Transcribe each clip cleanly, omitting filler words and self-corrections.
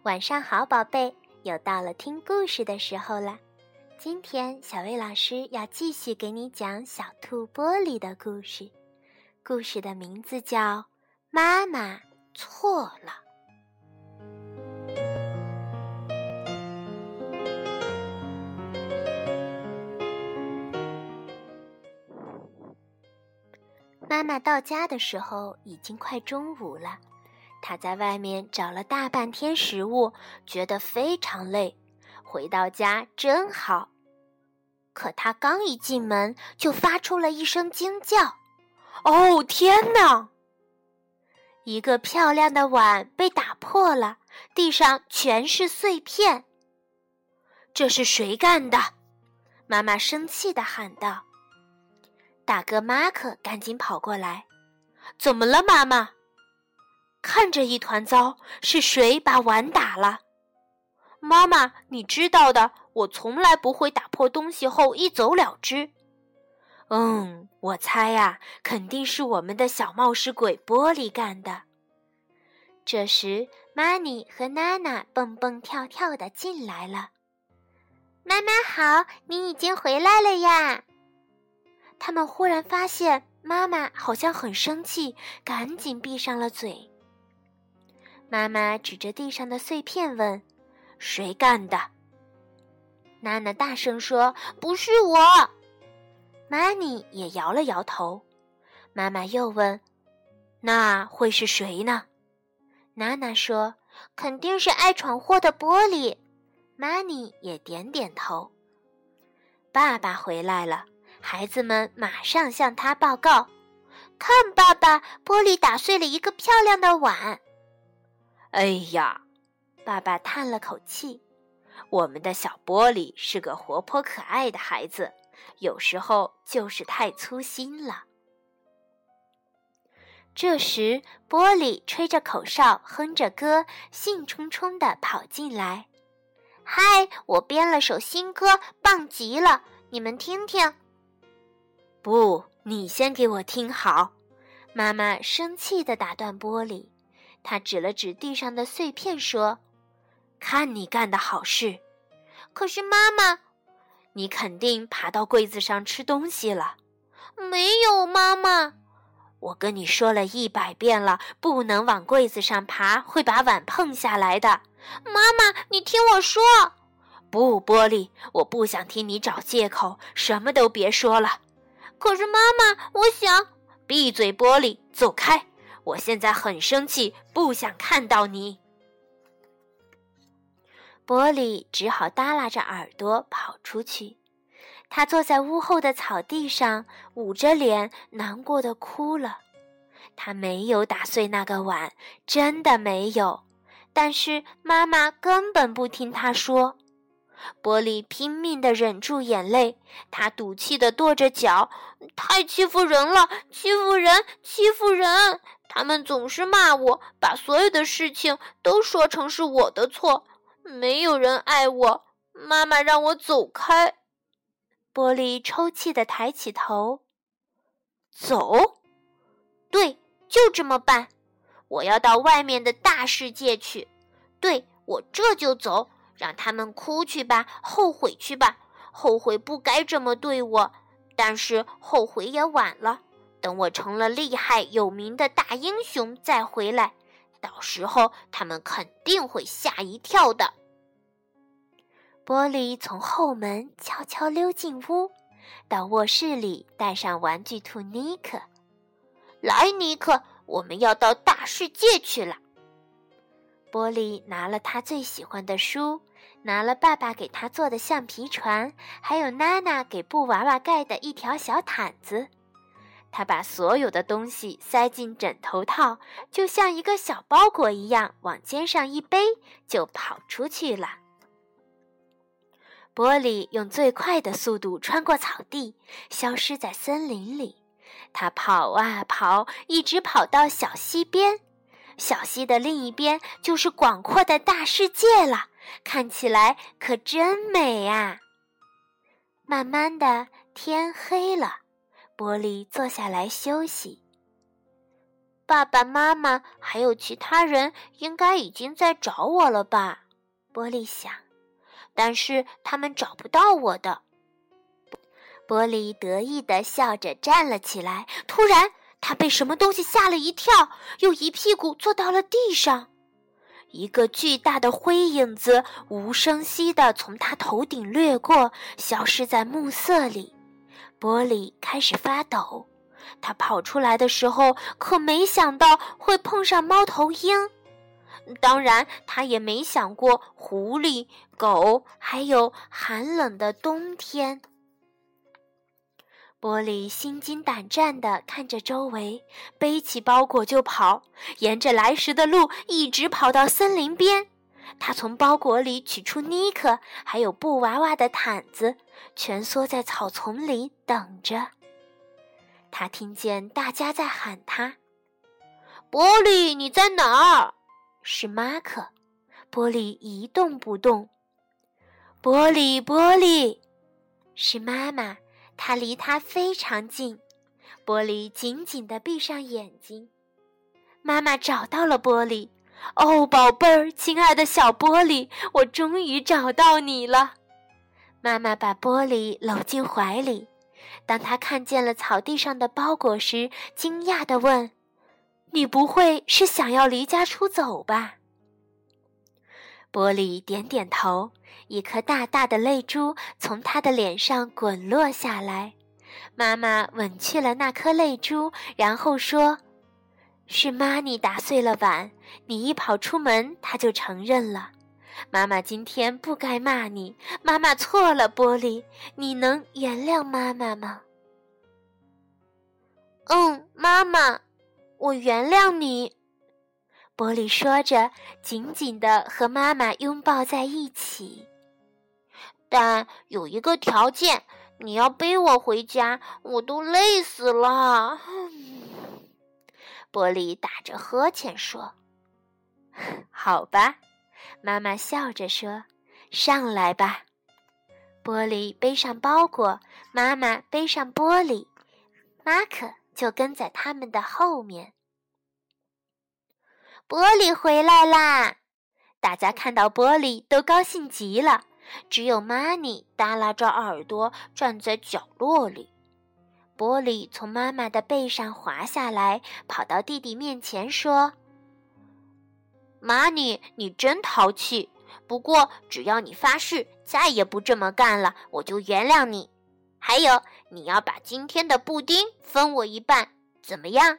晚上好，宝贝，又到了听故事的时候了。今天小薇老师要继续给你讲小兔玻璃的故事，故事的名字叫《妈妈错了》。妈妈到家的时候已经快中午了，她在外面找了大半天食物，觉得非常累，回到家真好。可她刚一进门就发出了一声惊叫，哦，天哪！一个漂亮的碗被打破了，地上全是碎片。这是谁干的？妈妈生气地喊道。大哥马克赶紧跑过来，怎么了，妈妈？看着一团糟，是谁把碗打了？妈妈，你知道的，我从来不会打破东西后一走了之。我猜呀，肯定是我们的小冒失鬼玻璃干的。这时，玛尼和娜娜蹦蹦跳跳地进来了。妈妈好，你已经回来了呀！他们忽然发现妈妈好像很生气，赶紧闭上了嘴。妈妈指着地上的碎片问：谁干的？娜娜大声说：不是我。玛尼也摇了摇头。妈妈又问：那会是谁呢？娜娜说：肯定是爱闯祸的玻璃。玛尼也点点头。爸爸回来了，孩子们马上向他报告：看，爸爸，玻璃打碎了一个漂亮的碗。哎呀，爸爸叹了口气，我们的小玻璃是个活泼可爱的孩子，有时候就是太粗心了。这时，玻璃吹着口哨，哼着歌，兴冲冲地跑进来。嗨，我编了首新歌，棒极了，你们听听。不，你先给我听好。妈妈生气地打断玻璃，她指了指地上的碎片说：看你干的好事。可是妈妈，你肯定爬到柜子上吃东西了。没有，妈妈。我跟你说了100遍了，不能往柜子上爬，会把碗碰下来的。妈妈，你听我说。不，玻璃，我不想听你找借口，什么都别说了。可是妈妈，我想……闭嘴，玻璃，走开！我现在很生气，不想看到你。玻璃只好耷拉着耳朵跑出去。他坐在屋后的草地上，捂着脸，难过地哭了。他没有打碎那个碗，真的没有。但是妈妈根本不听他说。玻璃拼命地忍住眼泪，他赌气地跺着脚，太欺负人了，欺负人，欺负人！他们总是骂我，把所有的事情都说成是我的错，没有人爱我，妈妈让我走开。玻璃抽泣地抬起头。走？对，就这么办。我要到外面的大世界去。对，我这就走。让他们哭去吧，后悔去吧，后悔不该这么对我，但是后悔也晚了。等我成了厉害有名的大英雄再回来，到时候他们肯定会吓一跳的。玻璃从后门悄悄溜进屋，到卧室里带上玩具兔尼克。来，尼克，我们要到大世界去了。玻璃拿了他最喜欢的书，拿了爸爸给他做的橡皮船，还有娜娜给布娃娃盖的一条小毯子。他把所有的东西塞进枕头套，就像一个小包裹一样，往肩上一背，就跑出去了。玻璃用最快的速度穿过草地，消失在森林里。他跑啊跑，一直跑到小溪边。小溪的另一边就是广阔的大世界了，看起来可真美啊！慢慢的，天黑了，玻璃坐下来休息。 爸爸妈妈还有其他人应该已经在找我了吧？波利想，但是他们找不到我的。波利得意地笑着站了起来，突然他被什么东西吓了一跳，又一屁股坐到了地上。一个巨大的灰影子无声息地从他头顶掠过，消失在暮色里。波利开始发抖，他跑出来的时候可没想到会碰上猫头鹰，当然他也没想过狐狸、狗，还有寒冷的冬天。波利心惊胆战地看着周围，背起包裹就跑，沿着来时的路一直跑到森林边。他从包裹里取出尼克还有布娃娃的毯子，蜷缩在草丛里等着。他听见大家在喊他：“波利，你在哪儿？”是马可。波利一动不动。波利，波利，是妈妈。他离他非常近，波利紧紧地闭上眼睛。妈妈找到了波利。哦，宝贝儿，亲爱的小波利，我终于找到你了。妈妈把波利搂进怀里。当他看见了草地上的包裹时，惊讶地问：“你不会是想要离家出走吧？”波利点点头，一颗大大的泪珠从他的脸上滚落下来。妈妈吻去了那颗泪珠，然后说：“是妈你打碎了碗，你一跑出门，她就承认了。妈妈今天不该骂你，妈妈错了，波利，你能原谅妈妈吗？”“妈妈，我原谅你。”波利说着，紧紧地和妈妈拥抱在一起。“但有一个条件，你要背我回家，我都累死了。”波利打着呵欠说。“好吧。”妈妈笑着说，“上来吧。”波利背上包裹，妈妈背上波利，马可就跟在他们的后面。波利回来啦！大家看到波利都高兴极了，只有玛尼耷拉着耳朵站在角落里。波利从妈妈的背上滑下来，跑到弟弟面前说：“玛尼，你真淘气，不过只要你发誓再也不这么干了，我就原谅你。还有，你要把今天的布丁分我一半，怎么样？”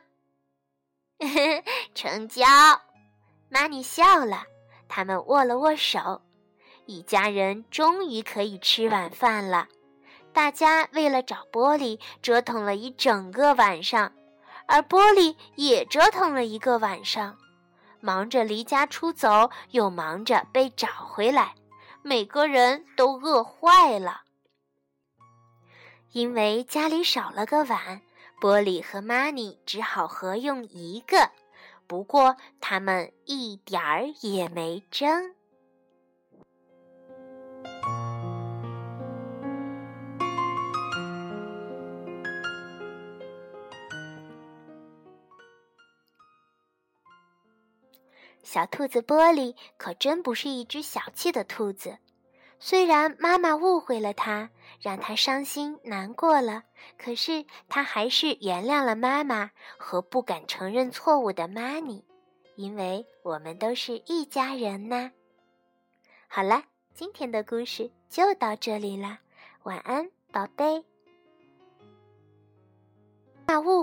成交！玛尼笑了，他们握了握手，一家人终于可以吃晚饭了。大家为了找波利折腾了一整个晚上，而波利也折腾了一个晚上，忙着离家出走，又忙着被找回来，每个人都饿坏了。因为家里少了个碗，波利和玛尼只好合用一个，不过他们一点儿也没争。小兔子波利可真不是一只小气的兔子，虽然妈妈误会了它，让它伤心难过了，可是它还是原谅了妈妈和不敢承认错误的玛尼，因为我们都是一家人呢。好了，今天的故事就到这里啦，晚安，宝贝。